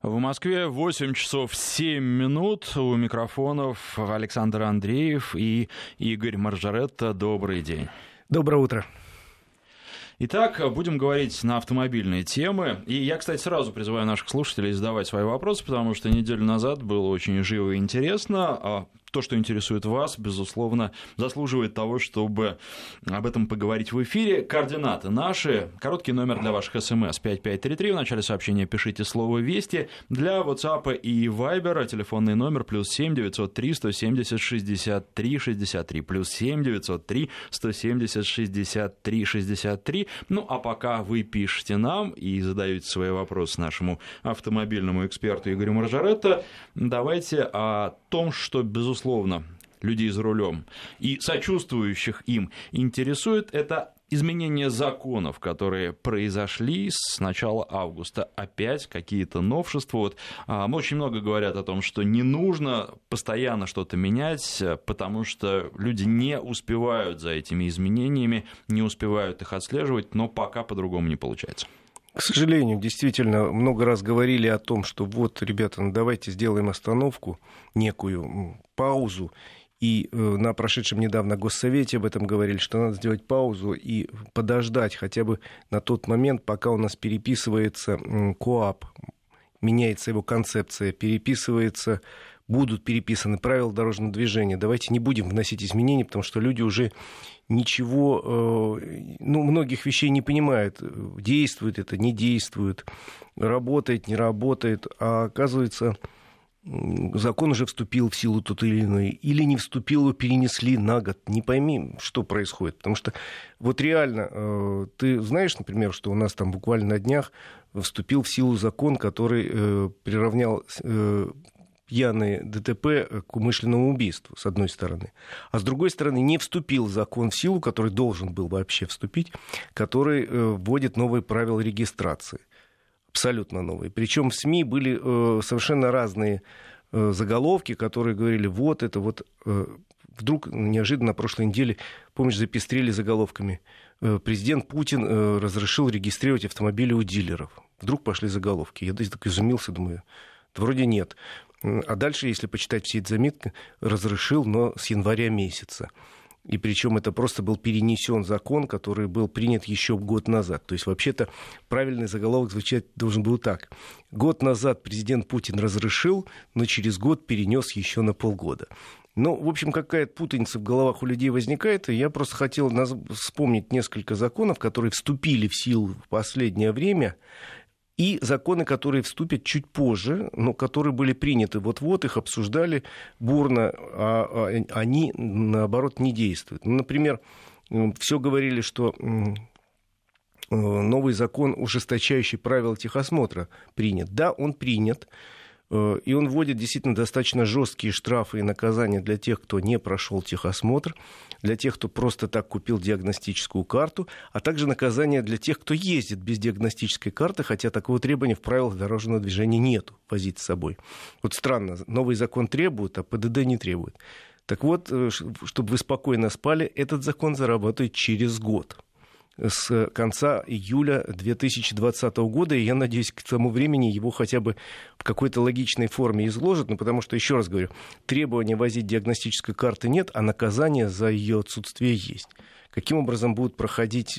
В Москве 8 часов 7 минут. У микрофонов Александр Андреев и Игорь Маржаретта. Добрый день. Доброе утро. Итак, будем говорить на автомобильные темы. И я, кстати, сразу призываю наших слушателей задавать свои вопросы, потому что неделю назад было очень живо и интересно. То, что интересует вас, безусловно, заслуживает того, чтобы об этом поговорить в эфире. Координаты наши. Короткий номер для ваших смс 5533. В начале сообщения пишите слово «Вести». Для WhatsApp и Viber телефонный номер +7 903 170 63 63. +7 903 170 63 63. Ну, а пока вы пишете нам и задаете свои вопросы нашему автомобильному эксперту Игорю Маржаретто, давайте о том, что, безусловно, людей за рулем и сочувствующих им интересует, это изменение законов, которые произошли с начала августа. Опять какие-то новшества. Очень много говорят о том, что не нужно постоянно что-то менять, потому что люди не успевают за этими изменениями, не успевают их отслеживать, но пока по-другому не получается. К сожалению, действительно, много раз говорили о том, что вот, ребята, ну давайте сделаем остановку, некую паузу. И на прошедшем недавно Госсовете об этом говорили, что надо сделать паузу и подождать хотя бы на тот момент, пока у нас переписывается КоАП, меняется его концепция, будут переписаны правила дорожного движения. Давайте не будем вносить изменения, потому что люди уже ничего, многих вещей не понимают. Действует это, не действует, работает, не работает. А оказывается, закон уже вступил в силу тот или иной, или не вступил, его перенесли на год. Не пойми, что происходит. Потому что вот реально, ты знаешь, например, что у нас там буквально на днях вступил в силу закон, который приравнял пьяные ДТП к умышленному убийству, с одной стороны. А с другой стороны, не вступил закон в силу, который должен был вообще вступить, который вводит новые правила регистрации. Абсолютно новые. Причем в СМИ были совершенно разные заголовки, которые говорили, вот это вот... Вдруг неожиданно на прошлой неделе, помнишь, запестрели заголовками. Президент Путин разрешил регистрировать автомобили у дилеров. Вдруг пошли заголовки. Я так изумился, думаю, да вроде нет. А дальше, если почитать все эти заметки, разрешил, но с января месяца. И причем это просто был перенесен закон, который был принят еще год назад. То есть, вообще-то, правильный заголовок звучать должен был так. Год назад президент Путин разрешил, но через год перенес еще на полгода. Ну, в общем, какая-то путаница в головах у людей возникает. И я просто хотел вспомнить несколько законов, которые вступили в силу в последнее время, и законы, которые вступят чуть позже, но которые были приняты вот-вот, их обсуждали бурно, а они, наоборот, не действуют. Например, все говорили, что новый закон, ужесточающий правила техосмотра, принят. Да, он принят, и он вводит действительно достаточно жесткие штрафы и наказания для тех, кто не прошел техосмотр, для тех, кто просто так купил диагностическую карту, а также наказание для тех, кто ездит без диагностической карты, хотя такого требования в правилах дорожного движения нету, возить с собой. Вот странно, новый закон требует, а ПДД не требует. Так вот, чтобы вы спокойно спали, этот закон заработает через год. С конца июля 2020 года, и я надеюсь, к тому времени его хотя бы в какой-то логичной форме изложат, потому что, еще раз говорю, требования возить диагностической карты нет, а наказание за ее отсутствие есть. Каким образом будет проходить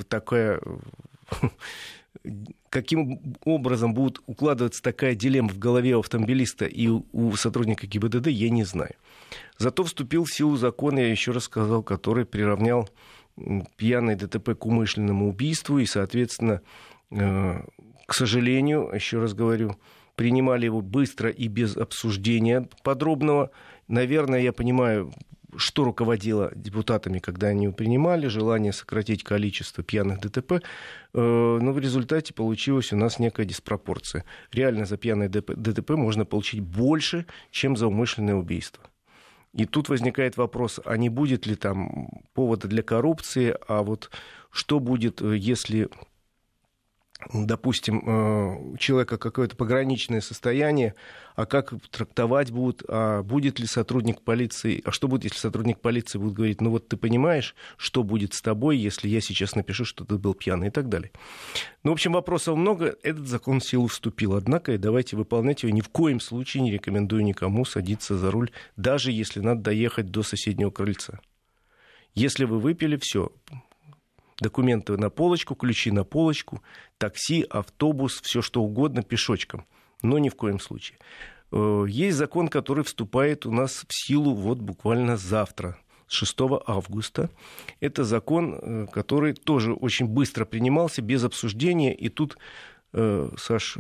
каким образом будет укладываться такая дилемма в голове у автомобилиста и у сотрудника ГИБДД, я не знаю. Зато вступил в силу закон, я еще раз сказал, который приравнял пьяное ДТП к умышленному убийству, и, соответственно, к сожалению, еще раз говорю, принимали его быстро и без обсуждения подробного. Наверное, я понимаю, что руководило депутатами, когда они его принимали, желание сократить количество пьяных ДТП, но в результате получилась у нас некая диспропорция. Реально за пьяное ДТП можно получить больше, чем за умышленное убийство. И тут возникает вопрос, а не будет ли там повода для коррупции, а вот что будет, если допустим, у человека какое-то пограничное состояние, а как трактовать будут, а будет ли сотрудник полиции, а что будет, если сотрудник полиции будет говорить, ну вот ты понимаешь, что будет с тобой, если я сейчас напишу, что ты был пьяный и так далее. Ну, в общем, вопросов много, этот закон в силу вступил, однако давайте выполнять его, ни в коем случае не рекомендую никому садиться за руль, даже если надо доехать до соседнего крыльца. Если вы выпили, все. Документы на полочку, ключи на полочку, такси, автобус, все что угодно пешочком. Но ни в коем случае. Есть закон, который вступает у нас в силу вот буквально завтра, 6 августа. Это закон, который тоже очень быстро принимался, без обсуждения. И тут, Саш,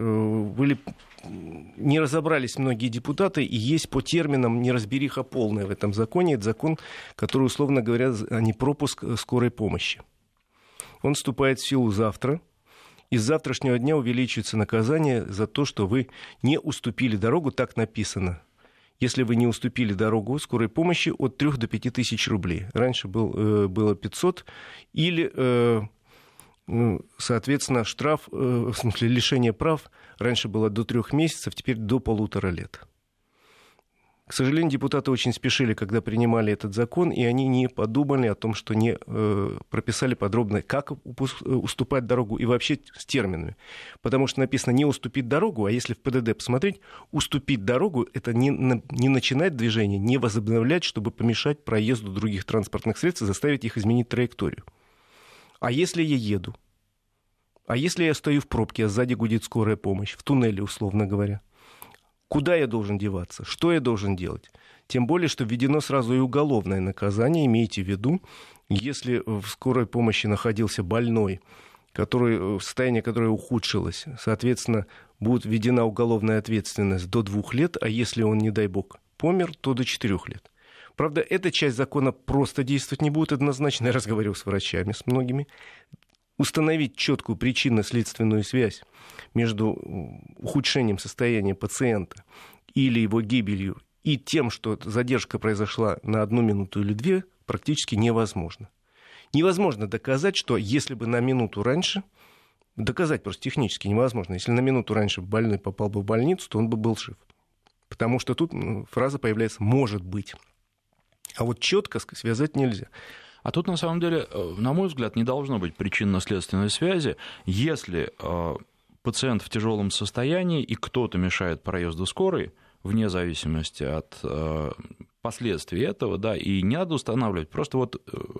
не разобрались многие депутаты, и есть по терминам неразбериха полная в этом законе. Это закон, который, условно говоря, а не пропуск скорой помощи. Он вступает в силу завтра. И с завтрашнего дня увеличивается наказание за то, что вы не уступили дорогу, так написано. Если вы не уступили дорогу скорой помощи, от 3 до 5 тысяч рублей. Раньше было 500. Или, соответственно, штраф, в смысле лишение прав, раньше было до 3 месяцев, теперь до 1,5 лет. К сожалению, депутаты очень спешили, когда принимали этот закон, и они не подумали о том, что не прописали подробно, как уступать дорогу и вообще с терминами. Потому что написано «не уступить дорогу», а если в ПДД посмотреть, уступить дорогу — это не начинать движение, не возобновлять, чтобы помешать проезду других транспортных средств и заставить их изменить траекторию. А если я еду? А если я стою в пробке, а сзади гудит скорая помощь, в туннеле, условно говоря? Куда я должен деваться? Что я должен делать? Тем более, что введено сразу и уголовное наказание. Имейте в виду, если в скорой помощи находился больной, состояние которое ухудшилось, соответственно, будет введена уголовная ответственность до 2 лет, а если он, не дай бог, помер, то до 4 лет. Правда, эта часть закона просто действовать не будет однозначно. Я разговаривал с врачами, с многими. Установить четкую причинно-следственную связь между ухудшением состояния пациента или его гибелью и тем, что задержка произошла на 1 минуту или 2, практически невозможно. Невозможно доказать, что если бы на минуту раньше, доказать просто технически невозможно, если на минуту раньше больной попал бы в больницу, то он бы был жив. Потому что тут фраза появляется «может быть». А вот четко связать нельзя. А тут, на самом деле, на мой взгляд, не должно быть причинно-следственной связи, если пациент в тяжелом состоянии и кто-то мешает проезду скорой, вне зависимости от последствий этого, да, и не надо устанавливать, просто вот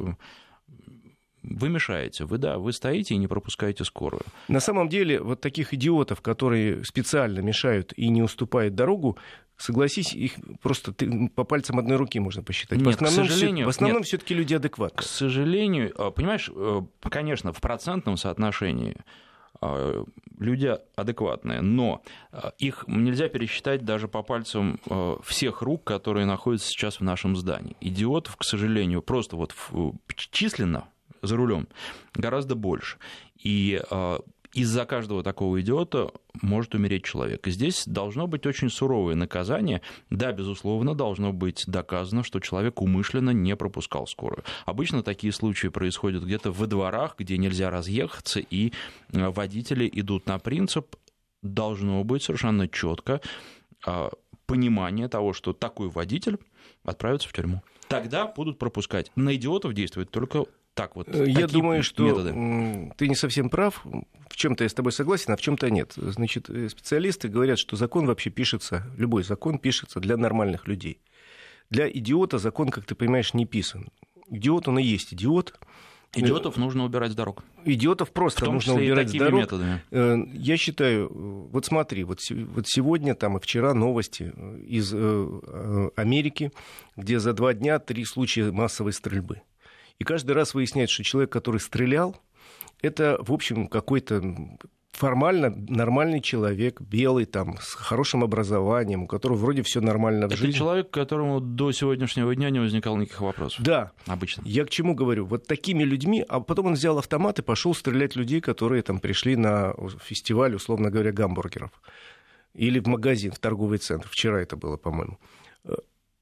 вы мешаете, вы стоите и не пропускаете скорую. На самом деле, вот таких идиотов, которые специально мешают и не уступают дорогу, согласись, их просто по пальцам одной руки можно посчитать. Нет, в основном все-таки люди адекватные. К сожалению, понимаешь, конечно, в процентном соотношении люди адекватные, но их нельзя пересчитать даже по пальцам всех рук, которые находятся сейчас в нашем здании. Идиотов, к сожалению, просто вот численно за рулем гораздо больше. И из-за каждого такого идиота может умереть человек. И здесь должно быть очень суровое наказание. Да, безусловно, должно быть доказано, что человек умышленно не пропускал скорую. Обычно такие случаи происходят где-то во дворах, где нельзя разъехаться, и водители идут на принцип, должно быть совершенно четко понимание того, что такой водитель отправится в тюрьму. Тогда будут пропускать. На идиотов действует только так вот. Я думаю, что методы. Ты не совсем прав. В чем-то я с тобой согласен, а в чем-то нет. Значит, специалисты говорят, что закон вообще пишется, любой закон пишется для нормальных людей. Для идиота закон, как ты понимаешь, не писан. Идиот, он и есть идиот. Идиотов нужно убирать с дорог. Идиотов просто нужно убирать с дорог. Методами. Я считаю, вот смотри, вот сегодня там и вчера новости из Америки, где за 2 дня 3 случая массовой стрельбы. И каждый раз выясняется, что человек, который стрелял, это, в общем, какой-то формально нормальный человек, белый, там, с хорошим образованием, у которого вроде все нормально в жизни. Это человек, к которому до сегодняшнего дня не возникало никаких вопросов. Да. Обычно. Я к чему говорю? Вот такими людьми, а потом он взял автомат и пошел стрелять людей, которые там пришли на фестиваль, условно говоря, гамбургеров. Или в магазин, в торговый центр. Вчера это было, по-моему.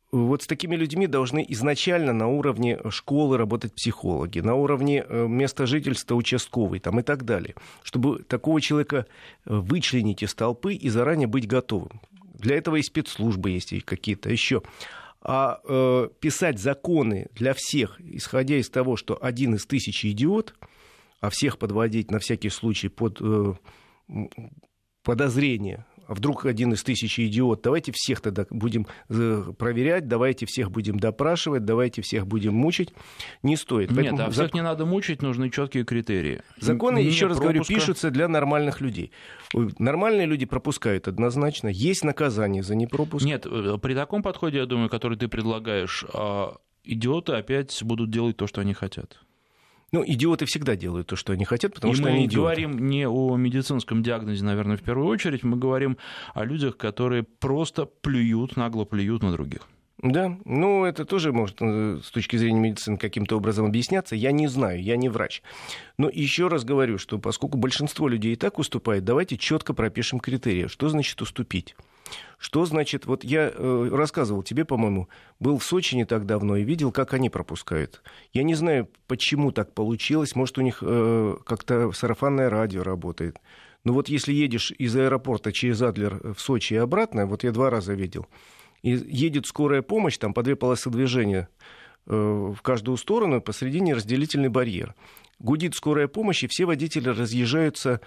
вот с такими людьми должны изначально на уровне школы работать психологи, на уровне места жительства участковый там, и так далее, чтобы такого человека вычленить из толпы и заранее быть готовым. Для этого и спецслужбы есть, и какие-то еще. А писать законы для всех, исходя из того, что один из тысячи идиот, а всех подводить на всякий случай под подозрение, а вдруг один из тысячи идиот, давайте всех тогда будем проверять, давайте всех будем допрашивать, давайте всех будем мучить, не стоит. Нет, а всех не надо мучить, нужны четкие критерии. Законы, еще раз говорю, пишутся для нормальных людей. Нормальные люди пропускают однозначно, есть наказание за непропуск. Нет, при таком подходе, я думаю, который ты предлагаешь, идиоты опять будут делать то, что они хотят. Ну, идиоты всегда делают то, что они хотят, потому что они идиоты. Мы говорим не о медицинском диагнозе, наверное, в первую очередь, мы говорим о людях, которые просто нагло плюют на других. Да, ну это тоже может с точки зрения медицины каким-то образом объясняться. Я не знаю, я не врач. Но еще раз говорю, что поскольку большинство людей и так уступает, давайте четко пропишем критерии. Что значит уступить? Что значит, вот я рассказывал тебе, по-моему, был в Сочи не так давно и видел, как они пропускают. Я не знаю, почему так получилось, может, у них как-то сарафанное радио работает. Но вот если едешь из аэропорта через Адлер в Сочи и обратно, вот я 2 раза видел, и едет скорая помощь, там по 2 полосы движения в каждую сторону, посредине разделительный барьер. Гудит скорая помощь, и все водители разъезжаются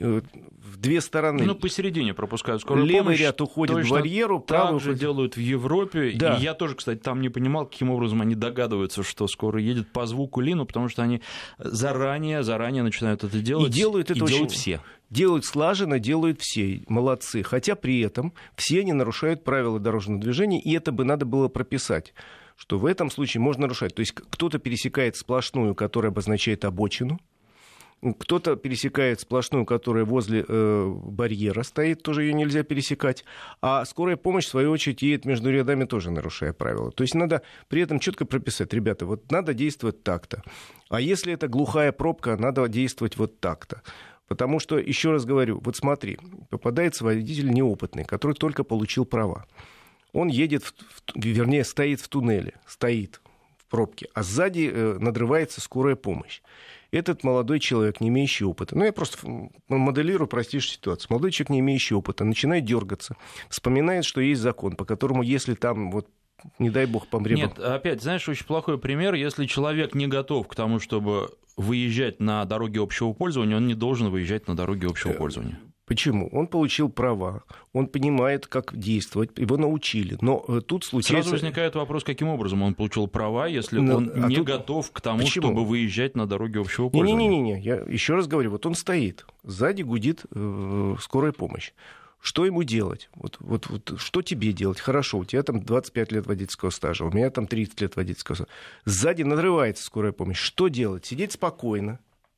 в 2 стороны. Ну, посередине пропускают скорую помощь. Левый ряд уходит к барьеру, правый так же делают в Европе. Да. И я тоже, кстати, там не понимал, каким образом они догадываются, что скорая едет по звуку Лину, потому что они заранее начинают это делать. И делают это делают все. Делают слаженно, делают все. Молодцы. Хотя при этом все они нарушают правила дорожного движения, и это бы надо было прописать, что в этом случае можно нарушать. То есть кто-то пересекает сплошную, которая обозначает обочину, кто-то пересекает сплошную, которая возле барьера стоит, тоже ее нельзя пересекать, а скорая помощь, в свою очередь, едет между рядами, тоже нарушая правила. То есть надо при этом четко прописать, ребята, вот надо действовать так-то, а если это глухая пробка, надо действовать вот так-то. Потому что, еще раз говорю, вот смотри, попадается водитель неопытный, который только получил права. Он едет, стоит в туннеле, стоит в пробке, а сзади надрывается скорая помощь. Этот молодой человек, не имеющий опыта, я просто моделирую простейшую ситуацию. Молодой человек, не имеющий опыта, начинает дергаться, вспоминает, что есть закон, по которому, если там, вот, не дай бог, помрем. Нет, опять, знаешь, очень плохой пример. Если человек не готов к тому, чтобы выезжать на дороги общего пользования, он не должен выезжать на дороги общего пользования. Почему? Он получил права, он понимает, как действовать, его научили. Но тут случается... Сразу возникает вопрос, каким образом он получил права, если он не готов к тому, чтобы выезжать на дороги общего пользования. Не-не-не, я еще раз говорю, вот он стоит, сзади гудит скорая помощь. Что ему делать? Вот что тебе делать? Хорошо, у тебя там 25 лет водительского стажа, у меня там 30 лет водительского стажа. Сзади надрывается скорая помощь. Что делать? Сидеть спокойно.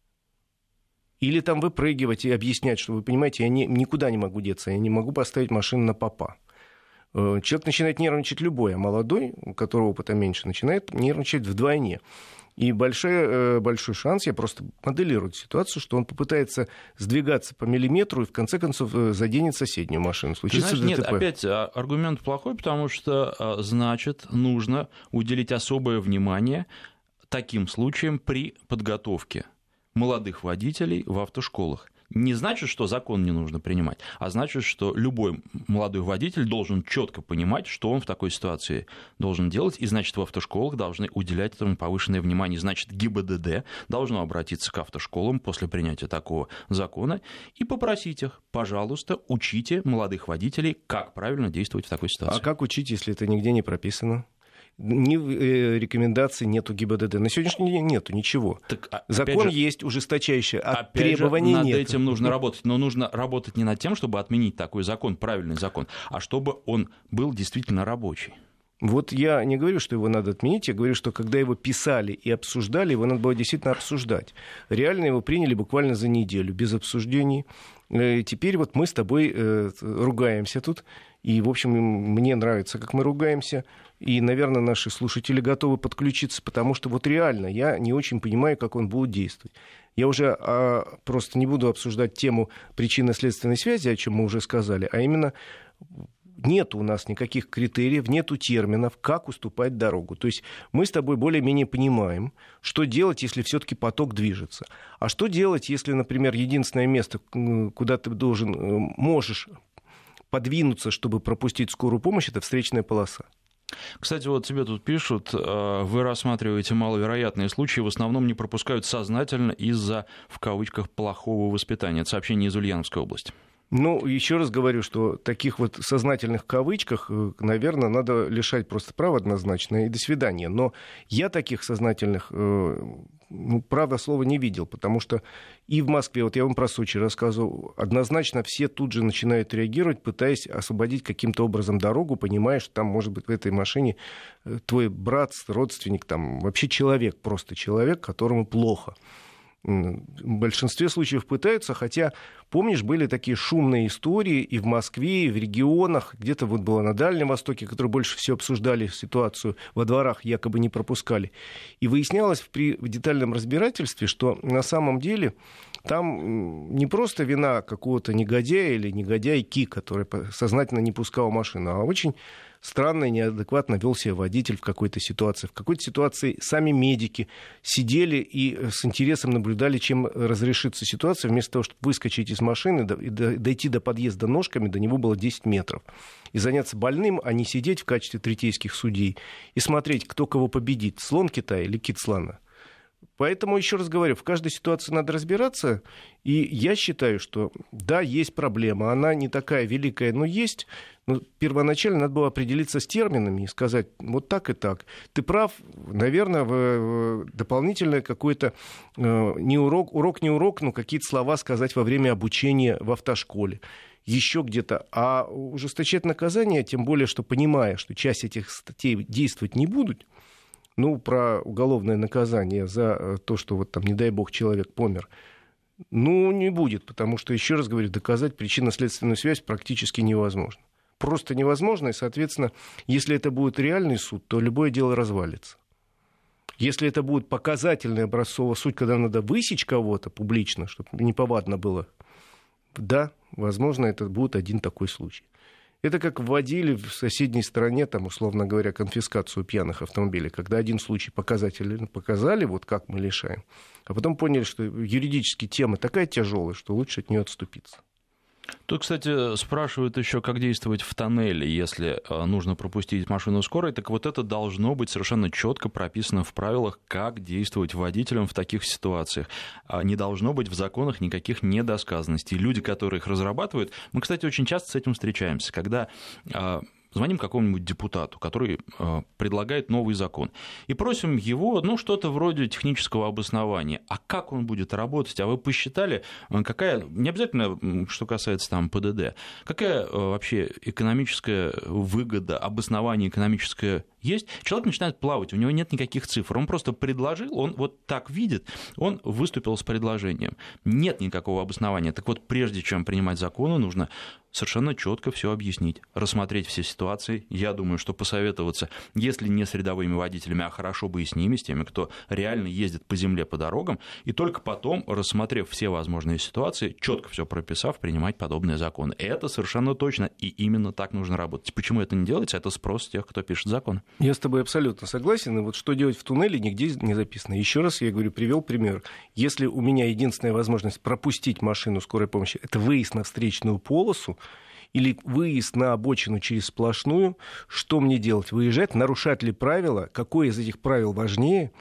Или там выпрыгивать и объяснять, что, вы понимаете, я никуда не могу деться, я не могу поставить машину на попа. Человек начинает нервничать любой, а молодой, у которого опыта меньше, начинает нервничать вдвойне. И большой шанс, я просто моделирую ситуацию, что он попытается сдвигаться по миллиметру и в конце концов заденет соседнюю машину. Случится ДТП. Нет, опять аргумент плохой, потому что, значит, нужно уделить особое внимание таким случаям при подготовке молодых водителей в автошколах. Не значит, что закон не нужно принимать, а значит, что любой молодой водитель должен четко понимать, что он в такой ситуации должен делать, и значит, в автошколах должны уделять этому повышенное внимание. Значит, ГИБДД должно обратиться к автошколам после принятия такого закона и попросить их, пожалуйста, учите молодых водителей, как правильно действовать в такой ситуации. А как учить, если это нигде не прописано? Ни рекомендаций нету ГИБДД. На сегодняшний день нету ничего. Так, закон есть ужесточающий, а требований нет. Над этим нужно работать. Но нужно работать не над тем, чтобы отменить такой закон, правильный закон, а чтобы он был действительно рабочий. Вот я не говорю, что его надо отменить, я говорю, что когда его писали и обсуждали, его надо было действительно обсуждать. Реально его приняли буквально за неделю, без обсуждений. Теперь вот мы с тобой ругаемся тут, и, в общем, мне нравится, как мы ругаемся, и, наверное, наши слушатели готовы подключиться, потому что вот реально я не очень понимаю, как он будет действовать. Я уже просто не буду обсуждать тему причинно-следственной связи, о чем мы уже сказали, а именно нет у нас никаких критериев, нету терминов, как уступать дорогу. То есть мы с тобой более-менее понимаем, что делать, если все-таки поток движется. А что делать, если, например, единственное место, куда ты можешь подвинуться, чтобы пропустить скорую помощь, это встречная полоса. Кстати, вот тебе тут пишут, вы рассматриваете маловероятные случаи, в основном не пропускают сознательно из-за, в кавычках, плохого воспитания. Это сообщение из Ульяновской области. Ну, еще раз говорю, что таких вот сознательных в кавычках, наверное, надо лишать просто права однозначно, и до свидания. Но я таких сознательных, правда, слова не видел, потому что и в Москве, вот я вам про Сочи рассказывал, однозначно все тут же начинают реагировать, пытаясь освободить каким-то образом дорогу, понимая, что там, может быть, в этой машине твой брат, родственник, там вообще человек, просто человек, которому плохо. В большинстве случаев пытаются, хотя, помнишь, были такие шумные истории и в Москве, и в регионах, где-то вот было на Дальнем Востоке, которые больше всего обсуждали ситуацию, во дворах якобы не пропускали. И выяснялось при детальном разбирательстве, что на самом деле там не просто вина какого-то негодяя или негодяйки, который сознательно не пускал машину, а очень странно и неадекватно вел себя водитель в какой-то ситуации. В какой-то ситуации сами медики сидели и с интересом наблюдали, чем разрешится ситуация. Вместо того, чтобы выскочить из машины и дойти до подъезда ножками, до него было 10 метров. И заняться больным, а не сидеть в качестве третейских судей и смотреть, кто кого победит, слон Китая или кит слона. Поэтому, еще раз говорю, в каждой ситуации надо разбираться. И я считаю, что да, есть проблема. Она не такая великая, но есть. Но первоначально надо было определиться с терминами и сказать вот так и так. Ты прав, наверное, в дополнительное какое-то не урок, но какие-то слова сказать во время обучения в автошколе. Еще где-то. А ужесточать наказание, тем более, что понимая, что часть этих статей действовать не будут, про уголовное наказание за то, что вот там, не дай бог, человек помер, не будет, потому что, еще раз говорю, доказать причинно-следственную связь практически невозможно. Просто невозможно, и, соответственно, если это будет реальный суд, то любое дело развалится. Если это будет показательный образцовый суд, когда надо высечь кого-то публично, чтобы неповадно было, да, возможно, это будет один такой случай. Это как вводили в соседней стране, там, условно говоря, конфискацию пьяных автомобилей, когда один случай показали, вот как мы лишаем, а потом поняли, что юридически тема такая тяжелая, что лучше от нее отступиться. Тут, кстати, спрашивают еще, как действовать в тоннеле, если нужно пропустить машину скорой. Так вот это должно быть совершенно четко прописано в правилах, как действовать водителям в таких ситуациях. Не должно быть в законах никаких недосказанностей. Люди, которые их разрабатывают, мы, кстати, очень часто с этим встречаемся, когда звоним какому-нибудь депутату, который предлагает новый закон, и просим его, что-то вроде технического обоснования. А как он будет работать? А вы посчитали, какая, не обязательно, что касается там ПДД, какая вообще экономическая выгода, обоснование экономическое есть? Человек начинает плавать, у него нет никаких цифр. Он просто предложил, он вот так видит, он выступил с предложением. Нет никакого обоснования. Так вот, прежде чем принимать законы, нужно совершенно четко все объяснить, рассмотреть все ситуации. Я думаю, что посоветоваться, если не с рядовыми водителями, а хорошо бы и с ними, с теми, кто реально ездит по земле, по дорогам, и только потом, рассмотрев все возможные ситуации, четко все прописав, принимать подобные законы. Это совершенно точно, и именно так нужно работать. Почему это не делается? Это спрос тех, кто пишет законы. Я с тобой абсолютно согласен. И вот что делать в туннеле, нигде не записано. Еще раз, я говорю, привел пример. Если у меня единственная возможность пропустить машину скорой помощи, это выезд на встречную полосу, или выезд на обочину через сплошную, что мне делать? Выезжать? Нарушать ли правила? Какое из этих правил важнее?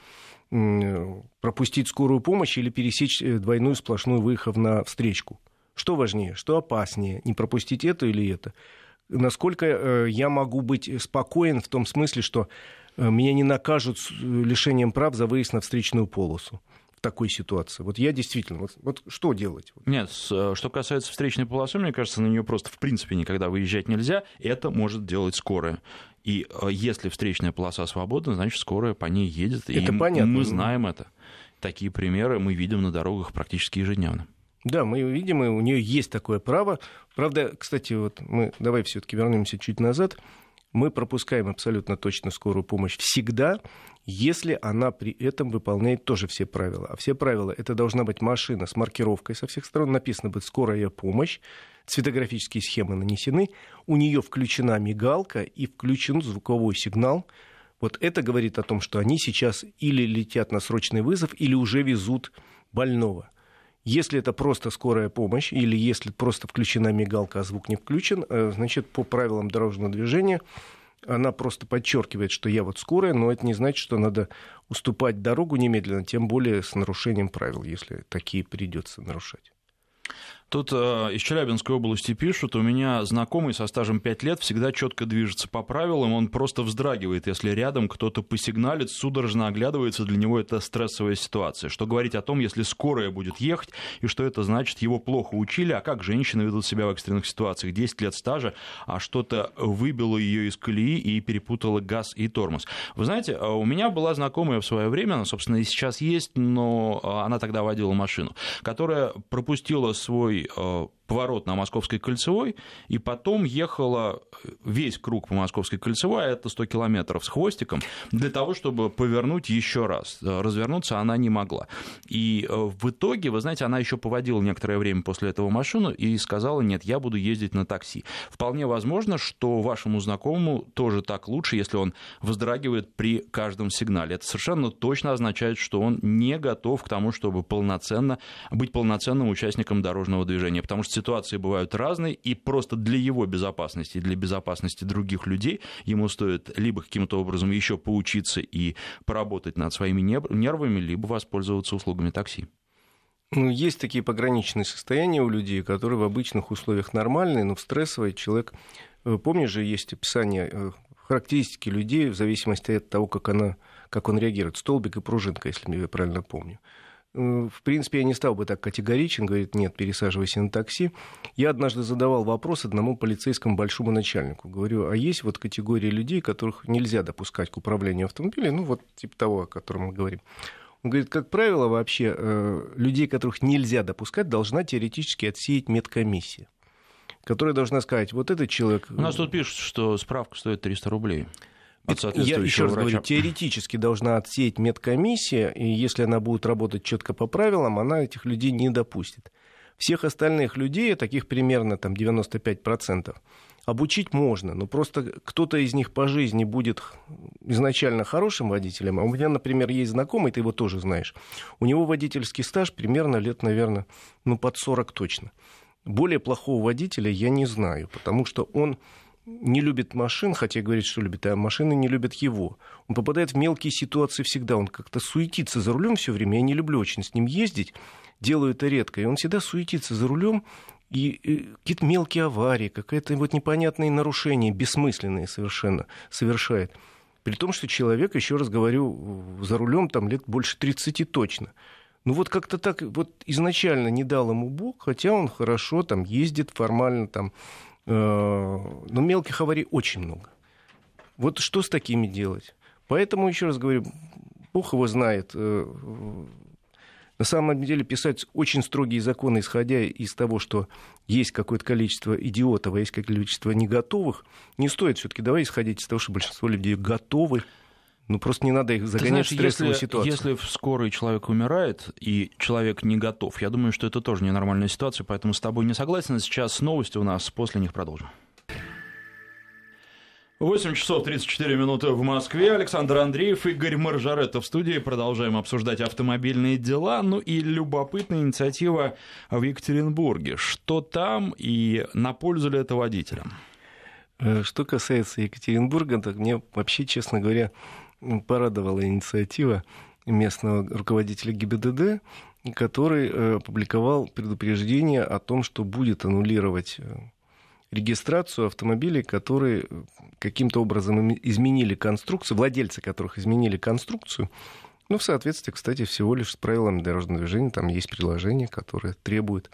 Пропустить скорую помощь или пересечь двойную сплошную, выехав на встречку? Что важнее? Что опаснее? Не пропустить это или это? Насколько я могу быть спокоен в том смысле, что меня не накажут лишением прав за выезд на встречную полосу? Такой ситуации. Вот я действительно... Вот что делать? Нет, что касается встречной полосы, мне кажется, на нее просто в принципе никогда выезжать нельзя. Это может делать скорая. И если встречная полоса свободна, значит, скорая по ней едет. Это и понятно. Мы знаем это. Такие примеры мы видим на дорогах практически ежедневно. Да, мы видим, и у нее есть такое право. Правда, кстати, давай все-таки вернемся чуть назад. мы пропускаем абсолютно точно скорую помощь всегда, если она при этом выполняет тоже все правила. А все правила — это должна быть машина с маркировкой со всех сторон, написано будет «скорая помощь», цветографические схемы нанесены, у нее включена мигалка и включен звуковой сигнал. Вот это говорит о том, что они сейчас или летят на срочный вызов, или уже везут больного. Если это просто скорая помощь, или если просто включена мигалка, а звук не включен, значит, по правилам дорожного движения она просто подчеркивает, что я вот скорая, но это не значит, что надо уступать дорогу немедленно, тем более с нарушением правил, если такие придется нарушать. Тут из Челябинской области пишут, у меня знакомый со стажем 5 лет всегда четко движется по правилам, он просто вздрагивает, если рядом кто-то посигналит, судорожно оглядывается, для него это стрессовая ситуация. Что говорить о том, если скорая будет ехать, и что это значит, его плохо учили, а как женщины ведут себя в экстренных ситуациях, 10 лет стажа, а что-то выбило ее из колеи и перепутало газ и тормоз. Вы знаете, у меня была знакомая в свое время, она, собственно, и сейчас есть, но она тогда водила машину, которая пропустила свой поворот на Московской кольцевой, и потом ехала весь круг по Московской кольцевой, а это 100 километров с хвостиком, для того, чтобы повернуть еще раз. Развернуться она не могла. И в итоге, вы знаете, она еще поводила некоторое время после этого машину и сказала: нет, я буду ездить на такси. Вполне возможно, что вашему знакомому тоже так лучше, если он вздрагивает при каждом сигнале. Это совершенно точно означает, что он не готов к тому, чтобы быть полноценным участником дорожного движения, потому что ситуации бывают разные, и просто для его безопасности и для безопасности других людей ему стоит либо каким-то образом еще поучиться и поработать над своими нервами, либо воспользоваться услугами такси. Ну, есть такие пограничные состояния у людей, которые в обычных условиях нормальные, но в стрессовый человек... Помнишь же, есть описание характеристики людей в зависимости от того, как он реагирует. Столбик и пружинка, если я правильно помню. В принципе, я не стал бы так категоричен, говорит, нет, пересаживайся на такси. Я однажды задавал вопрос одному полицейскому большому начальнику. Говорю, а есть вот категории людей, которых нельзя допускать к управлению автомобилем, ну, вот типа того, о котором мы говорим. Он говорит, как правило, вообще людей, которых нельзя допускать, должна теоретически отсеять медкомиссия, которая должна сказать, вот этот человек... У нас тут пишут, что справка стоит 300 рублей. Я еще раз говорю, теоретически должна отсеять медкомиссия, и если она будет работать четко по правилам, она этих людей не допустит. Всех остальных людей, таких примерно там, 95%, обучить можно, но просто кто-то из них по жизни будет изначально хорошим водителем, а у меня, например, есть знакомый, ты его тоже знаешь, у него водительский стаж примерно лет, наверное, под 40 точно. Более плохого водителя я не знаю, потому что он не любит машин, хотя говорит, что любит, а машины не любят его. Он попадает в мелкие ситуации всегда, он как-то суетится за рулем все время. Я не люблю очень с ним ездить, делаю это редко. И он всегда суетится за рулем, и какие-то мелкие аварии, какое-то вот непонятные нарушения, бессмысленные совершенно совершает. При том, что человек, еще раз говорю, за рулем там лет больше 30 точно. Ну вот как-то так вот изначально не дал ему Бог, хотя он хорошо там ездит формально там. Но мелких аварий очень много. Вот что с такими делать? Поэтому, еще раз говорю, Бог его знает. На самом деле писать очень строгие законы, исходя из того, что есть какое-то количество идиотов, а есть какое-то количество неготовых, не стоит все-таки. Давай исходить из того, что большинство людей готовы. Ну, просто не надо их загонять в стрессовую ситуацию. Если в скорой человек умирает, и человек не готов, я думаю, что это тоже ненормальная ситуация, поэтому с тобой не согласен. Сейчас новости у нас, после них продолжим. 8 часов 34 минуты в Москве. Александр Андреев, Игорь Маржаретто в студии. Продолжаем обсуждать автомобильные дела. Ну и любопытная инициатива в Екатеринбурге. Что там и на пользу ли это водителям? Что касается Екатеринбурга, так мне вообще, честно говоря, порадовала инициатива местного руководителя ГИБДД, который опубликовал предупреждение о том, что будет аннулировать регистрацию автомобилей, которые каким-то образом изменили конструкцию, владельцы которых изменили конструкцию, ну, в соответствии, кстати, всего лишь с правилами дорожного движения, там есть приложение, которое требует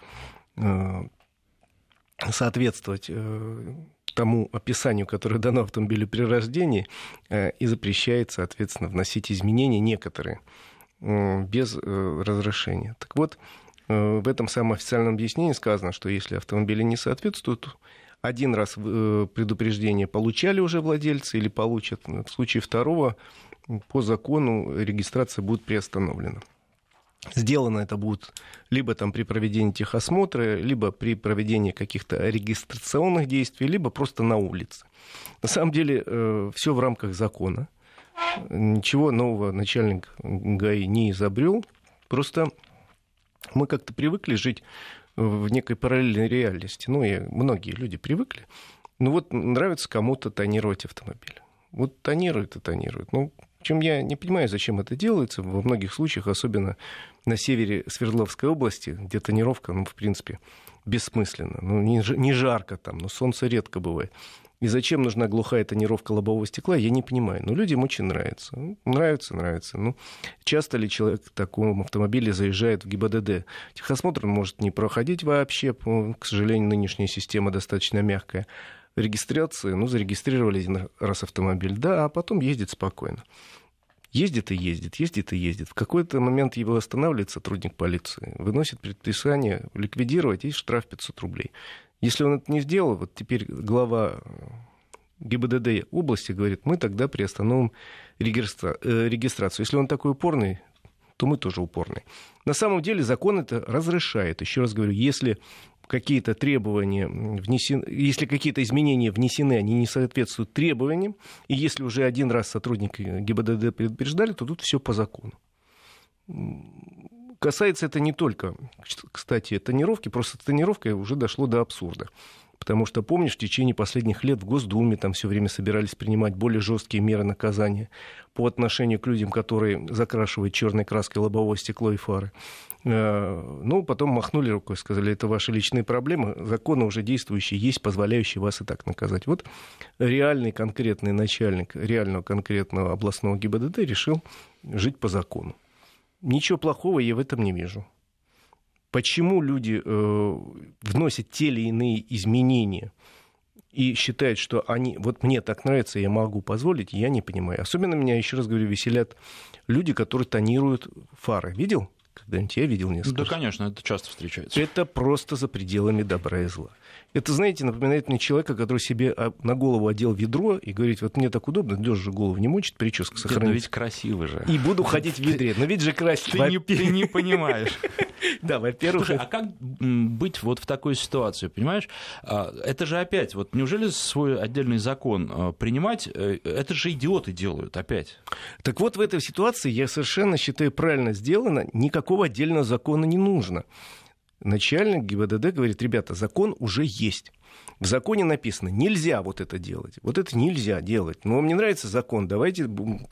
соответствовать тому описанию, которое дано автомобилю при рождении, и запрещает, соответственно, вносить изменения некоторые без разрешения. Так вот, в этом самом официальном объяснении сказано, что если автомобили не соответствуют, один раз предупреждение получали уже владельцы или получат. В случае второго по закону регистрация будет приостановлена. Сделано это будет либо там при проведении техосмотра, либо при проведении каких-то регистрационных действий, либо просто на улице. На самом деле все в рамках закона. Ничего нового начальник ГАИ не изобрел. Просто мы как-то привыкли жить в некой параллельной реальности. Ну, и многие люди привыкли. Ну, вот нравится кому-то тонировать автомобиль. Вот тонирует и тонирует. Ну, причем я не понимаю, зачем это делается. Во многих случаях, особенно на севере Свердловской области, где тонировка, ну, в принципе, бессмысленна. Ну, не жарко там, но солнце редко бывает. И зачем нужна глухая тонировка лобового стекла, я не понимаю. Но людям очень нравится. Нравится. Ну, часто ли человек в таком автомобиле заезжает в ГИБДД? Техосмотр он может не проходить вообще. К сожалению, нынешняя система достаточно мягкая. Регистрация, ну, зарегистрировали один раз автомобиль, да, а потом ездит спокойно. Ездит и ездит. В какой-то момент его останавливает сотрудник полиции, выносит предписание ликвидировать и штраф 500 рублей. Если он это не сделал, вот теперь глава ГИБДД области говорит, мы тогда приостановим регистрацию. Если он такой упорный, то мы тоже упорные. На самом деле закон это разрешает. Еще раз говорю, если какие-то требования внесены, если какие-то изменения внесены, они не соответствуют требованиям, и если уже один раз сотрудники ГИБДД предупреждали, то тут все по закону. Касается это не только, кстати, тонировки, просто тонировка уже дошло до абсурда. Потому что, помнишь, в течение последних лет в Госдуме там все время собирались принимать более жесткие меры наказания по отношению к людям, которые закрашивают черной краской лобовое стекло и фары. Ну, потом махнули рукой, сказали, это ваши личные проблемы, законы уже действующие есть, позволяющие вас и так наказать. Вот реальный конкретный начальник реального конкретного областного ГИБДД решил жить по закону. Ничего плохого я в этом не вижу. Почему люди вносят те или иные изменения и считают, что они, вот мне так нравится, я могу позволить, я не понимаю. Особенно меня, еще раз говорю, веселят люди, которые тонируют фары. Видел? Когда-нибудь я видел несколько. Да, конечно, это часто встречается. Это просто за пределами добра и зла. Это, знаете, напоминает мне человека, который себе на голову одел ведро и говорит, вот мне так удобно, лёжа же голову не мучит, прическа сохранится. Но ведь красиво же. И буду ходить в ведре. Но ведь же красиво. Ты не понимаешь. Да, во-первых... Слушай, а как быть вот в такой ситуации, понимаешь? Это же опять, вот неужели свой отдельный закон принимать, это же идиоты делают опять. Так вот, в этой ситуации, я совершенно считаю, правильно сделано, никакого отдельного закона не нужно. Начальник ГИБДД говорит, ребята, закон уже есть. В законе написано, нельзя вот это делать. Вот это нельзя делать. Но вам не нравится закон, давайте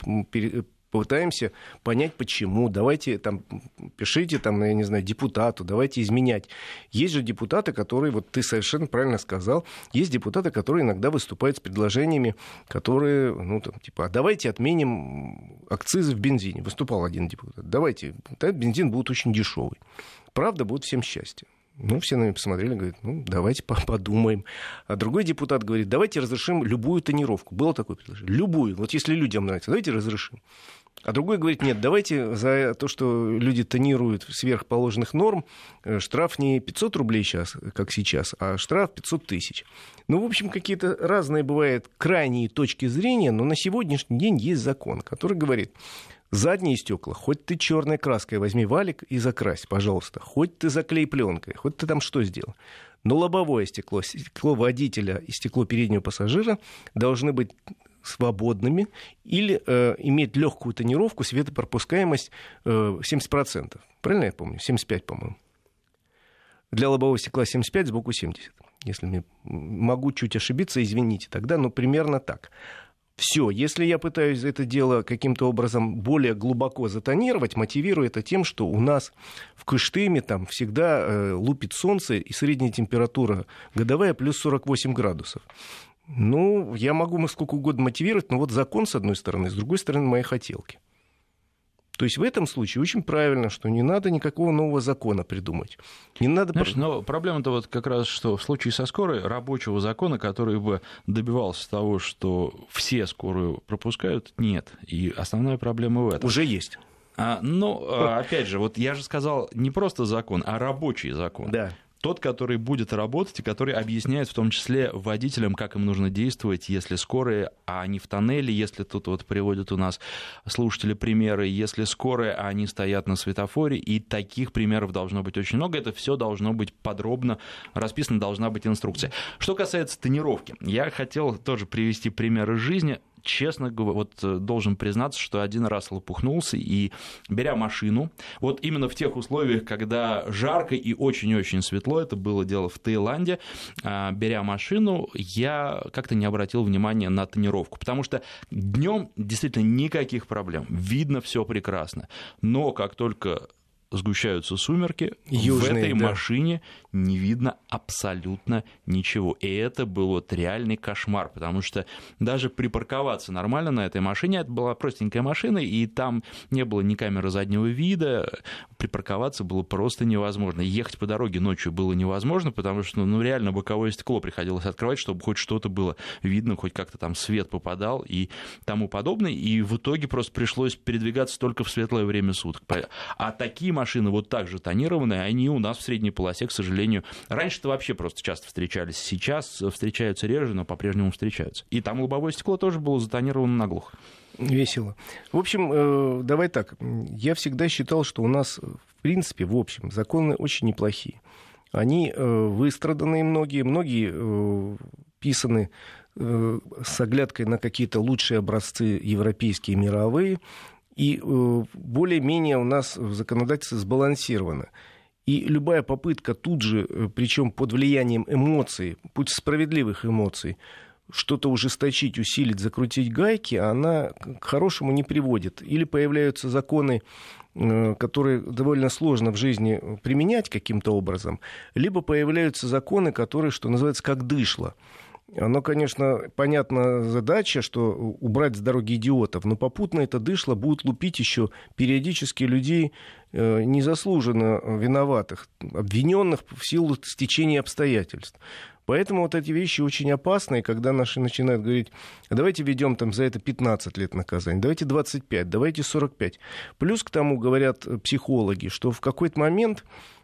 попытаемся понять, почему. Давайте там, пишите, там, я не знаю, депутату, давайте изменять. Есть же депутаты, которые, вот ты совершенно правильно сказал, есть депутаты, которые иногда выступают с предложениями, которые, ну, там, типа, а давайте отменим акцизы в бензине. Выступал один депутат. Давайте, тогда бензин будет очень дешевый. Правда, будет всем счастье. Ну, все на меня посмотрели, говорят, ну, давайте подумаем. А другой депутат говорит, давайте разрешим любую тонировку. Было такое предложение? Любую. Вот если людям нравится, давайте разрешим. А другой говорит, нет, давайте за то, что люди тонируют сверх положенных норм, штраф не 500 рублей сейчас, как сейчас, а штраф 500 тысяч. Ну, в общем, какие-то разные бывают крайние точки зрения, но на сегодняшний день есть закон, который говорит, задние стекла, хоть ты черной краской возьми валик и закрась, пожалуйста. Хоть ты заклей пленкой, хоть ты там что сделал. Но лобовое стекло, стекло водителя и стекло переднего пассажира должны быть свободными или иметь легкую тонировку, светопропускаемость 70%. Правильно я помню? 75, по-моему. Для лобового стекла 75, сбоку 70. Если могу чуть ошибиться, извините тогда, но примерно так. Все, если я пытаюсь это дело каким-то образом более глубоко затонировать, мотивирую это тем, что у нас в Кыштыме там всегда лупит солнце и средняя температура годовая плюс 48 градусов. Ну, я могу сколько угодно мотивировать, но вот закон с одной стороны, с другой стороны мои хотелки. То есть в этом случае очень правильно, что не надо никакого нового закона придумать. Не надо... Знаешь, но проблема-то вот как раз, что в случае со скорой рабочего закона, который бы добивался того, что все скорую пропускают, нет. И основная проблема в этом. Уже есть. Но, опять же, вот я же сказал не просто закон, а рабочий закон. Да. тот, который будет работать и который объясняет в том числе водителям, как им нужно действовать, если скорые, а они в тоннеле, если тут вот приводят у нас слушатели примеры, если скорые, а они стоят на светофоре, и таких примеров должно быть очень много, это все должно быть подробно расписано, должна быть инструкция. Что касается тонировки, я хотел тоже привести пример из жизни. Честно говоря, вот должен признаться, что один раз лопухнулся, и беря машину, вот именно в тех условиях, когда жарко и очень-очень светло, это было дело в Таиланде, беря машину, я как-то не обратил внимания на тонировку, потому что днем действительно никаких проблем, видно все прекрасно, но как только сгущаются сумерки, южные, в этой машине не видно абсолютно ничего. И это был вот реальный кошмар, потому что даже припарковаться нормально на этой машине, это была простенькая машина, и там не было ни камеры заднего вида, припарковаться было просто невозможно. Ехать по дороге ночью было невозможно, потому что реально боковое стекло приходилось открывать, чтобы хоть что-то было видно, хоть как-то там свет попадал и тому подобное, и в итоге просто пришлось передвигаться только в светлое время суток. А такие машины вот так же тонированные, они у нас в средней полосе, к сожалению, раньше-то вообще просто часто встречались, сейчас встречаются реже, но по-прежнему встречаются. И там лобовое стекло тоже было затонировано наглухо. Весело. В общем, давай так, я всегда считал, что у нас, в принципе, в общем, законы очень неплохие. Они выстраданные многие писаны с оглядкой на какие-то лучшие образцы европейские, мировые, и более-менее у нас в законодательстве сбалансировано. И любая попытка тут же, причем под влиянием эмоций, пусть справедливых эмоций, что-то ужесточить, усилить, закрутить гайки, она к хорошему не приводит. Или появляются законы, которые довольно сложно в жизни применять каким-то образом, либо появляются законы, которые, что называется, как дышло. Оно, конечно, понятна задача, что убрать с дороги идиотов, но попутно это дышло будет лупить еще периодически людей незаслуженно виноватых, обвиненных в силу стечения обстоятельств. Поэтому вот эти вещи очень опасны, когда наши начинают говорить, давайте введем там за это 15 лет наказания, давайте 25, давайте 45. Плюс к тому говорят психологи, что в какой-то момент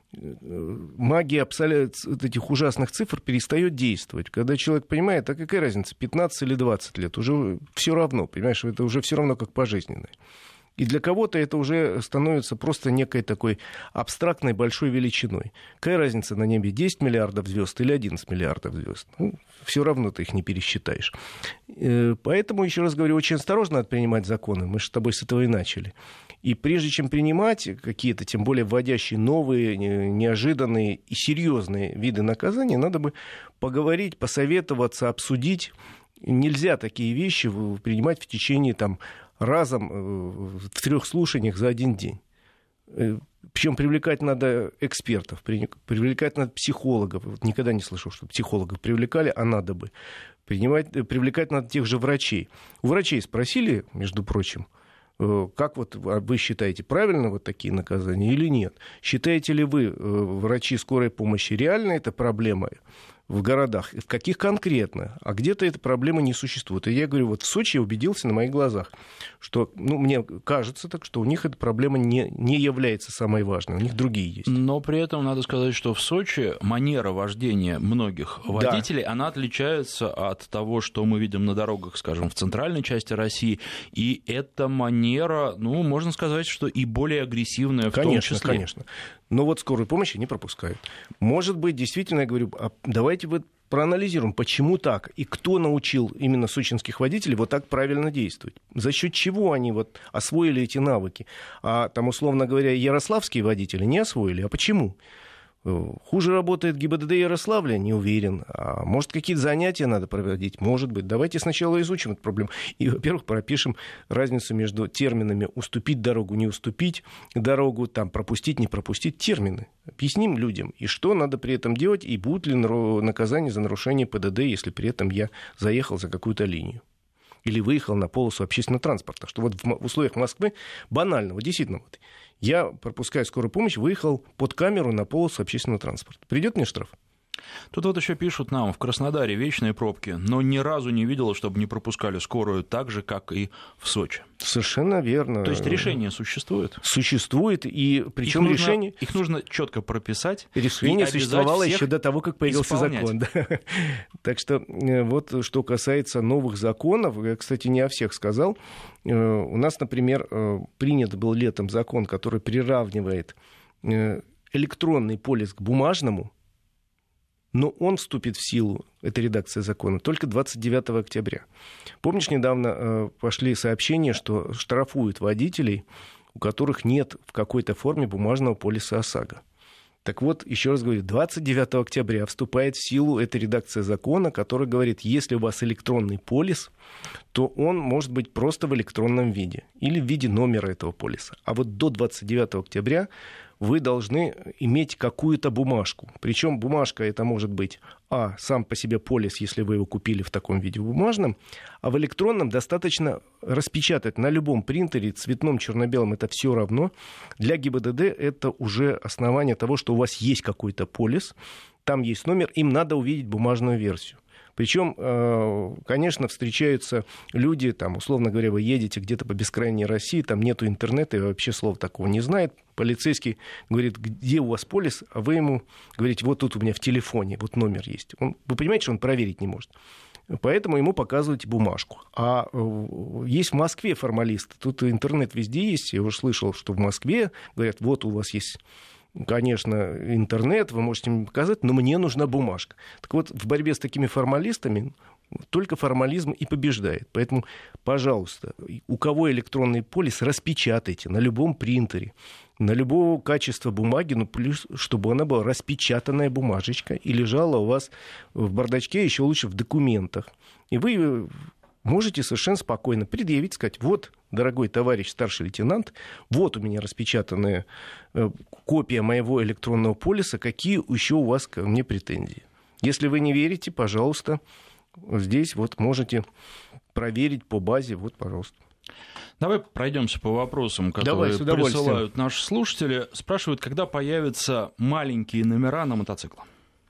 магия этих ужасных цифр перестает действовать. Когда человек понимает, а какая разница, 15 или 20 лет, уже все равно, понимаешь, это уже все равно как пожизненное. И для кого-то это уже становится просто некой такой абстрактной большой величиной. Какая разница на небе, 10 миллиардов звезд или 11 миллиардов звезд? Все равно ты их не пересчитаешь. Поэтому, еще раз говорю, очень осторожно надо принимать законы. Мы же с тобой с этого и начали. И прежде чем принимать какие-то, тем более вводящие новые, неожиданные и серьезные виды наказания, надо бы поговорить, посоветоваться, обсудить. Нельзя такие вещи принимать в течение разом в 3 слушаниях за один день. Причем привлекать надо экспертов, привлекать надо психологов. Вот никогда не слышал, что психологов привлекали, а надо бы. Привлекать надо тех же врачей. У врачей спросили, между прочим, как вот вы считаете, правильно вот такие наказания или нет? Считаете ли вы, врачи скорой помощи, реально эта проблема в городах? В каких конкретно? А где-то эта проблема не существует. И я говорю, вот в Сочи я убедился на моих глазах, что, мне кажется так, что у них эта проблема не является самой важной. У них другие есть. Но при этом надо сказать, что в Сочи манера вождения многих водителей, она отличается от того, что мы видим на дорогах, скажем, в центральной части России. И эта манера, можно сказать, что и более агрессивная в том числе. Конечно. Но вот скорую помощь не пропускают. Может быть, действительно, я говорю, давайте проанализируем, почему так, и кто научил именно сочинских водителей вот так правильно действовать. За счет чего они освоили эти навыки. А там, условно говоря, ярославские водители не освоили. А почему? Хуже работает ГИБДД Ярославля? Не уверен. А может, какие-то занятия надо проводить? Может быть. Давайте сначала изучим эту проблему. И, во-первых, пропишем разницу между терминами «уступить дорогу», «не уступить дорогу», «пропустить», «не пропустить». Термины. Объясним людям, и что надо при этом делать, и будет ли наказание за нарушение ПДД, если при этом я заехал за какую-то линию. Или выехал на полосу общественного транспорта. Что вот в условиях Москвы банально, действительно, я, пропуская скорую помощь, выехал под камеру на полосу общественного транспорта. Придет мне штраф? Тут вот еще пишут нам, в Краснодаре вечные пробки, но ни разу не видела, чтобы не пропускали скорую так же, как и в Сочи. Совершенно верно. То есть решение существует? Существует, и причем решение... Их нужно четко прописать. Решение существовало еще до того, как появился закон. Да. Так что вот что касается новых законов, я, кстати, не о всех сказал. У нас, например, принят был летом закон, который приравнивает электронный полис к бумажному, но он вступит в силу, эта редакция закона, только 29 октября. Помнишь, недавно пошли сообщения, что штрафуют водителей, у которых нет в какой-то форме бумажного полиса ОСАГО. Так вот, еще раз говорю, 29 октября вступает в силу эта редакция закона, которая говорит, если у вас электронный полис, то он может быть просто в электронном виде или в виде номера этого полиса. А вот до 29 октября вы должны иметь какую-то бумажку. Причем бумажка это может быть сам по себе полис, если вы его купили в таком виде бумажном, а в электронном достаточно распечатать на любом принтере, цветном, черно-белом, это все равно. Для ГИБДД это уже основание того, что у вас есть какой-то полис, там есть номер, им надо увидеть бумажную версию. Причем, конечно, встречаются люди, там, условно говоря, вы едете где-то по бескрайней России, там нету интернета, и вообще слова такого не знает. Полицейский говорит, где у вас полис, а вы ему говорите, вот тут у меня в телефоне, вот номер есть. Вы понимаете, что он проверить не может. Поэтому ему показываете бумажку. А есть в Москве формалисты, тут интернет везде есть, я уже слышал, что в Москве говорят, вот у вас есть... Конечно, интернет, вы можете мне показать, но мне нужна бумажка. Так вот, в борьбе с такими формалистами только формализм и побеждает. Поэтому, пожалуйста, у кого электронный полис, распечатайте на любом принтере, на любого качества бумаги, ну, плюс, чтобы она была распечатанная бумажечка и лежала у вас в бардачке, еще лучше в документах. И вы... можете совершенно спокойно предъявить, сказать, вот, дорогой товарищ старший лейтенант, вот у меня распечатанная копия моего электронного полиса, какие еще у вас ко мне претензии. Если вы не верите, пожалуйста, здесь вот можете проверить по базе, вот, пожалуйста. Давай пройдемся по вопросам, которые присылают наши слушатели. Спрашивают, когда появятся маленькие номера на мотоциклах.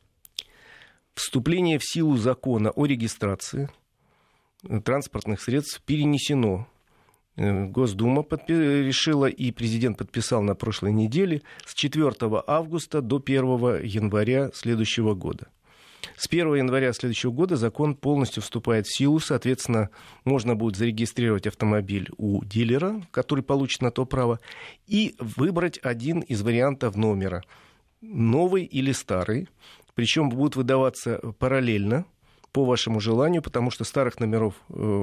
Вступление в силу закона о регистрации транспортных средств перенесено. Госдума решила, и президент подписал на прошлой неделе, с 4 августа до 1 января следующего года. С 1 января следующего года закон полностью вступает в силу, соответственно, можно будет зарегистрировать автомобиль у дилера, который получит на то право, и выбрать один из вариантов номера, новый или старый, причем будут выдаваться параллельно, по вашему желанию, потому что старых номеров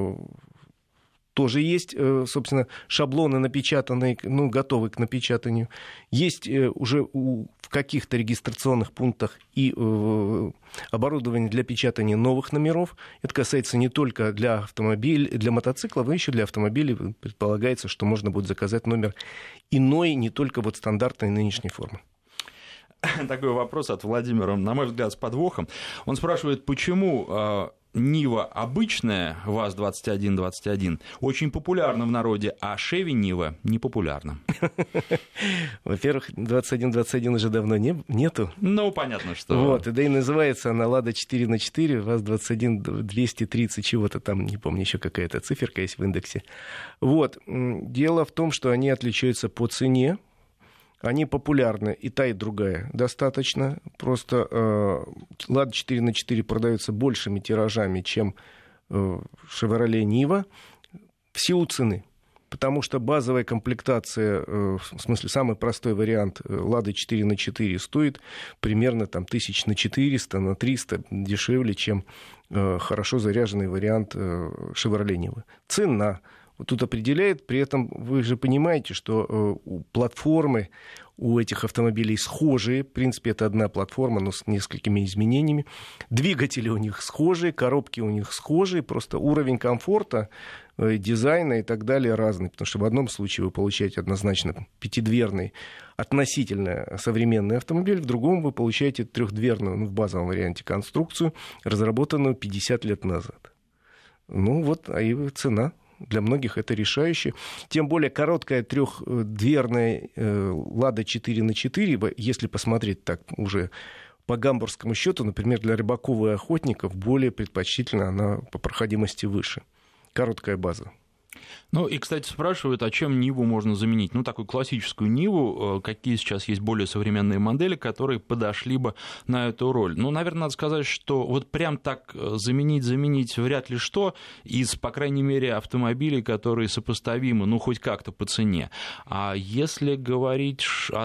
тоже есть, собственно, шаблоны напечатанные, ну, готовые к напечатанию. Есть уже в каких-то регистрационных пунктах и оборудование для печатания новых номеров. Это касается не только для автомобилей, для мотоциклов, но еще для автомобилей предполагается, что можно будет заказать номер иной, не только вот стандартной нынешней формы. Такой вопрос от Владимира, на мой взгляд, с подвохом. Он спрашивает, почему Нива обычная, ВАЗ-2121, очень популярна в народе, а Шеви Нива не популярна? Во-первых, 2121 уже давно нету. Ну, понятно, что... Вот, да и называется она «Лада 4х4», ВАЗ-21 чего-то там, не помню, еще какая-то циферка есть в индексе. Вот, дело в том, что они отличаются по цене. Они популярны, и та, и другая достаточно. Просто «Лада 4х4» продается большими тиражами, чем «Шевроле Нива» в силу цены. Потому что базовая комплектация, в смысле, самый простой вариант «Лады 4х4» стоит примерно там, 1400 на 300 дешевле, чем хорошо заряженный вариант «Шевроле Нива». Цена тут определяет, при этом вы же понимаете, что платформы у этих автомобилей схожие, в принципе, это одна платформа, но с несколькими изменениями, двигатели у них схожие, коробки у них схожие, просто уровень комфорта, дизайна и так далее разный, потому что в одном случае вы получаете однозначно пятидверный, относительно современный автомобиль, в другом вы получаете трехдверную, ну, в базовом варианте конструкцию, разработанную 50 лет назад. Ну вот, а и цена. Для многих это решающе. Тем более короткая трехдверная «Лада 4х4», если посмотреть так уже по гамбургскому счету, например, для рыбаков и охотников более предпочтительна, она по проходимости выше. Короткая база. Ну и, кстати, спрашивают, а чем Ниву можно заменить? Ну, такую классическую Ниву, какие сейчас есть более современные модели, которые подошли бы на эту роль? Ну, наверное, надо сказать, что вот прям так заменить вряд ли что из, по крайней мере, автомобилей, которые сопоставимы, ну, хоть как-то по цене. А если говорить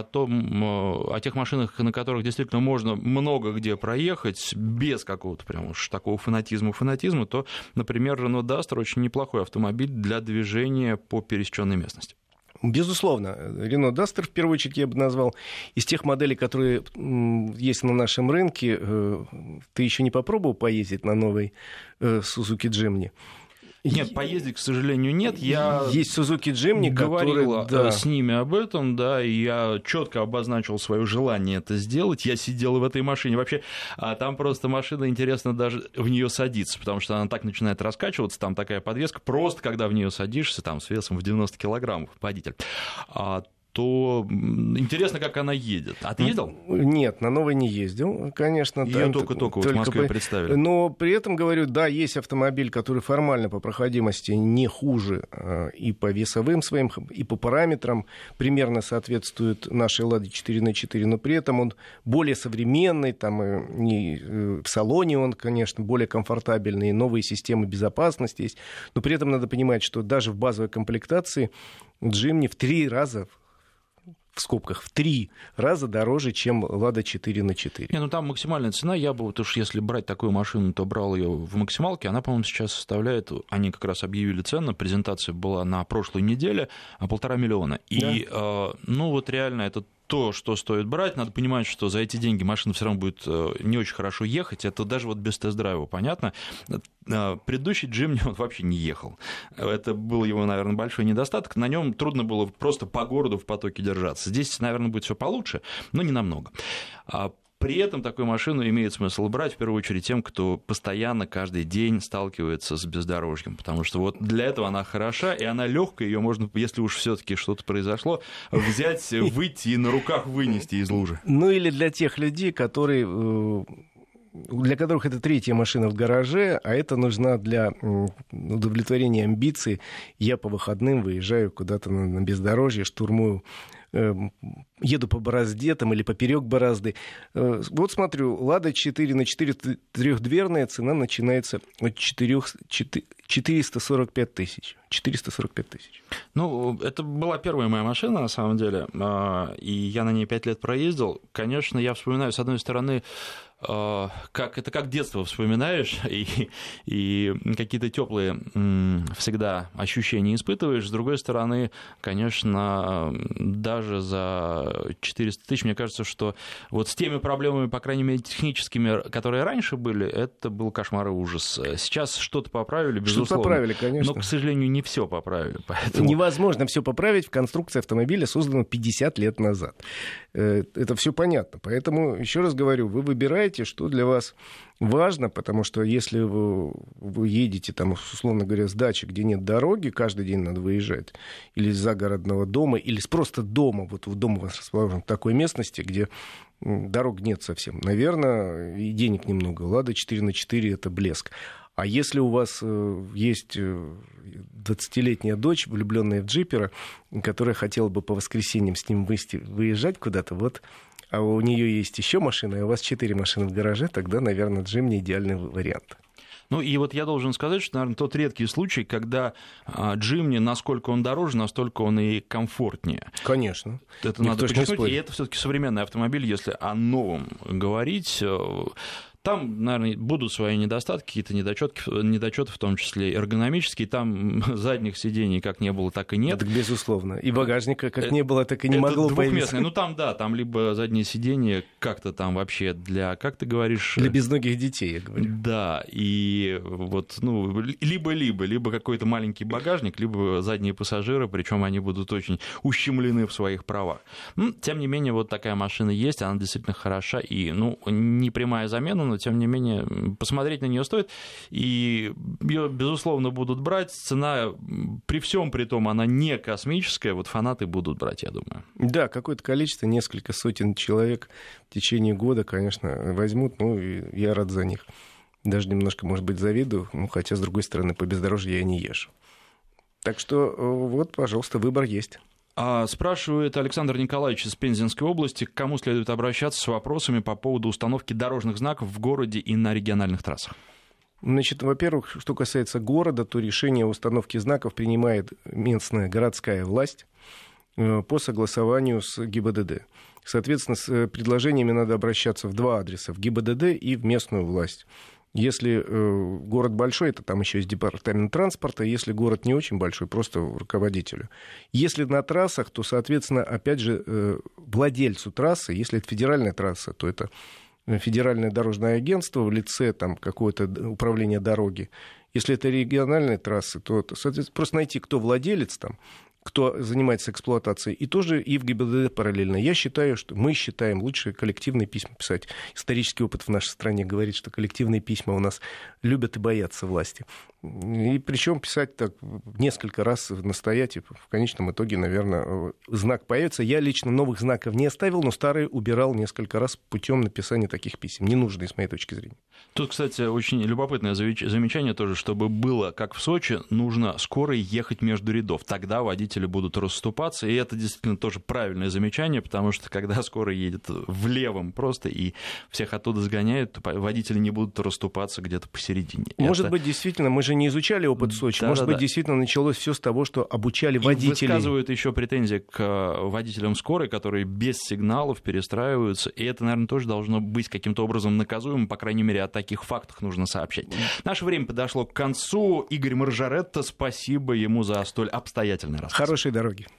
о тех машинах, на которых действительно можно много где проехать, без какого-то прям уж такого фанатизма, то, например, Renault Duster очень неплохой автомобиль для движения по пересеченной местности. Безусловно, Renault Duster, в первую очередь, я бы назвал, из тех моделей, которые есть на нашем рынке. Ты еще не попробовал поездить на новой Suzuki Jimny? Нет, поездить, к сожалению, нет. Есть Suzuki Jimny, говорил с ними об этом, да, и я четко обозначил свое желание это сделать. Я сидел в этой машине. Вообще, там просто машина, интересно даже в нее садиться, потому что она так начинает раскачиваться, там такая подвеска, просто когда в нее садишься, там с весом в 90 килограммов водитель, то интересно, как она едет. А ты ездил? Нет, на новой не ездил, конечно. Ее только в Москве представили. Но при этом, говорю, да, есть автомобиль, который формально по проходимости не хуже и по весовым своим, и по параметрам примерно соответствует нашей «Ладе 4х4», но при этом он более современный, там и в салоне он, конечно, более комфортабельный, и новые системы безопасности есть. Но при этом надо понимать, что даже в базовой комплектации Jimny в 3 раза, в скобках, в 3 раза дороже, чем «Лада 4х4». Не, ну там максимальная цена, я бы, вот уж если брать такую машину, то брал ее в максималке, она, по-моему, сейчас составляет, они как раз объявили цену, презентация была на прошлой неделе, 1,5 миллиона. И, ну вот реально это то, что стоит брать, надо понимать, что за эти деньги машина все равно будет не очень хорошо ехать, это даже вот без тест-драйва, понятно. Предыдущий Jimny он вообще не ехал. Это был его, наверное, большой недостаток. На нем трудно было просто по городу в потоке держаться. Здесь, наверное, будет все получше, но не намного. При этом такую машину имеет смысл брать, в первую очередь, тем, кто постоянно, каждый день сталкивается с бездорожьем, потому что вот для этого она хороша, и она легкая, ее можно, если уж все-таки что-то произошло, взять, выйти и на руках вынести из лужи. Ну или для тех людей, для которых это 3-я машина в гараже, а это нужна для удовлетворения амбиций. Я по выходным выезжаю куда-то на бездорожье, штурмую, еду по борозде там, или поперек борозды. Вот смотрю, «Лада 4х4» трехдверная, цена начинается от 445 тысяч. 445 тысяч. Ну, это была первая моя машина, на самом деле, и я на ней 5 лет проездил. Конечно, я вспоминаю, с одной стороны, как детство вспоминаешь, и какие-то теплые всегда ощущения испытываешь. С другой стороны, конечно, даже за 400 тысяч, мне кажется, что вот с теми проблемами, по крайней мере, техническими, которые раньше были, это был кошмар и ужас. Сейчас что-то поправили, безусловно. Что-то поправили, конечно. Но, к сожалению, не все поправили. Поэтому... Невозможно все поправить в конструкции автомобиля, созданного 50 лет назад. Это все понятно. Поэтому, еще раз говорю, вы выбираете, что для вас важно, потому что если вы едете, там, условно говоря, с дачи, где нет дороги, каждый день надо выезжать, или из загородного дома, или просто дома, вот в доме у вас расположен в такой местности, где дорог нет совсем, наверное, и денег немного. «Лада 4х4» — это блеск. А если у вас есть 20-летняя дочь, влюбленная в джипера, которая хотела бы по воскресеньям с ним выезжать куда-то, вот, а у нее есть еще машина, и у вас 4 машины в гараже, тогда, наверное, Jimny — идеальный вариант. Ну и вот я должен сказать, что, наверное, тот редкий случай, когда Jimny, насколько он дороже, настолько он и комфортнее. Конечно. Это надо подчеркнуть, и это все-таки современный автомобиль, если о новом говорить. Там, наверное, будут свои недостатки, какие-то недочеты, в том числе эргономические. Там задних сидений как не было, так и нет. Так безусловно. И багажника как не было, так и не могло появиться. Ну там, да, там либо заднее сиденье как-то там вообще для, как ты говоришь... Для безногих детей, я говорю. Да, и вот, ну, либо какой-то маленький багажник, либо задние пассажиры, причем они будут очень ущемлены в своих правах. Тем не менее, вот такая машина есть, она действительно хороша, и, ну, не прямая замена, но тем не менее посмотреть на нее стоит, и ее, безусловно, будут брать. Цена при всем при том, она не космическая, вот фанаты будут брать, я думаю. Да, какое-то количество, несколько сотен человек в течение года, конечно, возьмут, ну, и я рад за них. Даже немножко, может быть, завидую, ну, хотя, с другой стороны, по бездорожью я не езжу. Так что вот, пожалуйста, выбор есть. Спрашивает Александр Николаевич из Пензенской области, к кому следует обращаться с вопросами по поводу установки дорожных знаков в городе и на региональных трассах. Значит, во-первых, что касается города, то решение о установке знаков принимает местная городская власть по согласованию с ГИБДД. Соответственно, с предложениями надо обращаться в два адреса, в ГИБДД и в местную власть. Если город большой, это там еще есть департамент транспорта, если город не очень большой, просто руководителю. Если на трассах, то, соответственно, опять же, владельцу трассы, если это федеральная трасса, то это федеральное дорожное агентство в лице там, какое-то управление дороги. Если это региональная трасса, то, соответственно, просто найти, кто владелец там, кто занимается эксплуатацией, и тоже и в ГИБДД параллельно. Я считаю, что мы считаем лучше коллективные письма писать. Исторический опыт в нашей стране говорит, что коллективные письма у нас любят и боятся власти. И причем писать так несколько раз, настоять, и в конечном итоге, наверное, знак появится. Я лично новых знаков не оставил, но старые убирал несколько раз путем написания таких писем. Ненужные, с моей точки зрения. Тут, кстати, очень любопытное замечание тоже, чтобы было, как в Сочи, нужно скоро ехать между рядов. Тогда водители будут расступаться, и это действительно тоже правильное замечание, потому что когда скоро едет в левом просто и всех оттуда сгоняют, то водители не будут расступаться где-то посередине. Может быть, действительно, мы же не изучали опыт Сочи. Да, может быть, действительно началось все с того, что обучали водителей. И высказывают еще претензии к водителям скорой, которые без сигналов перестраиваются, и это, наверное, тоже должно быть каким-то образом наказуемо, по крайней мере, о таких фактах нужно сообщать. Наше время подошло к концу. Игорь Маржаретта, спасибо ему за столь обстоятельный рассказ. Хорошей дороги.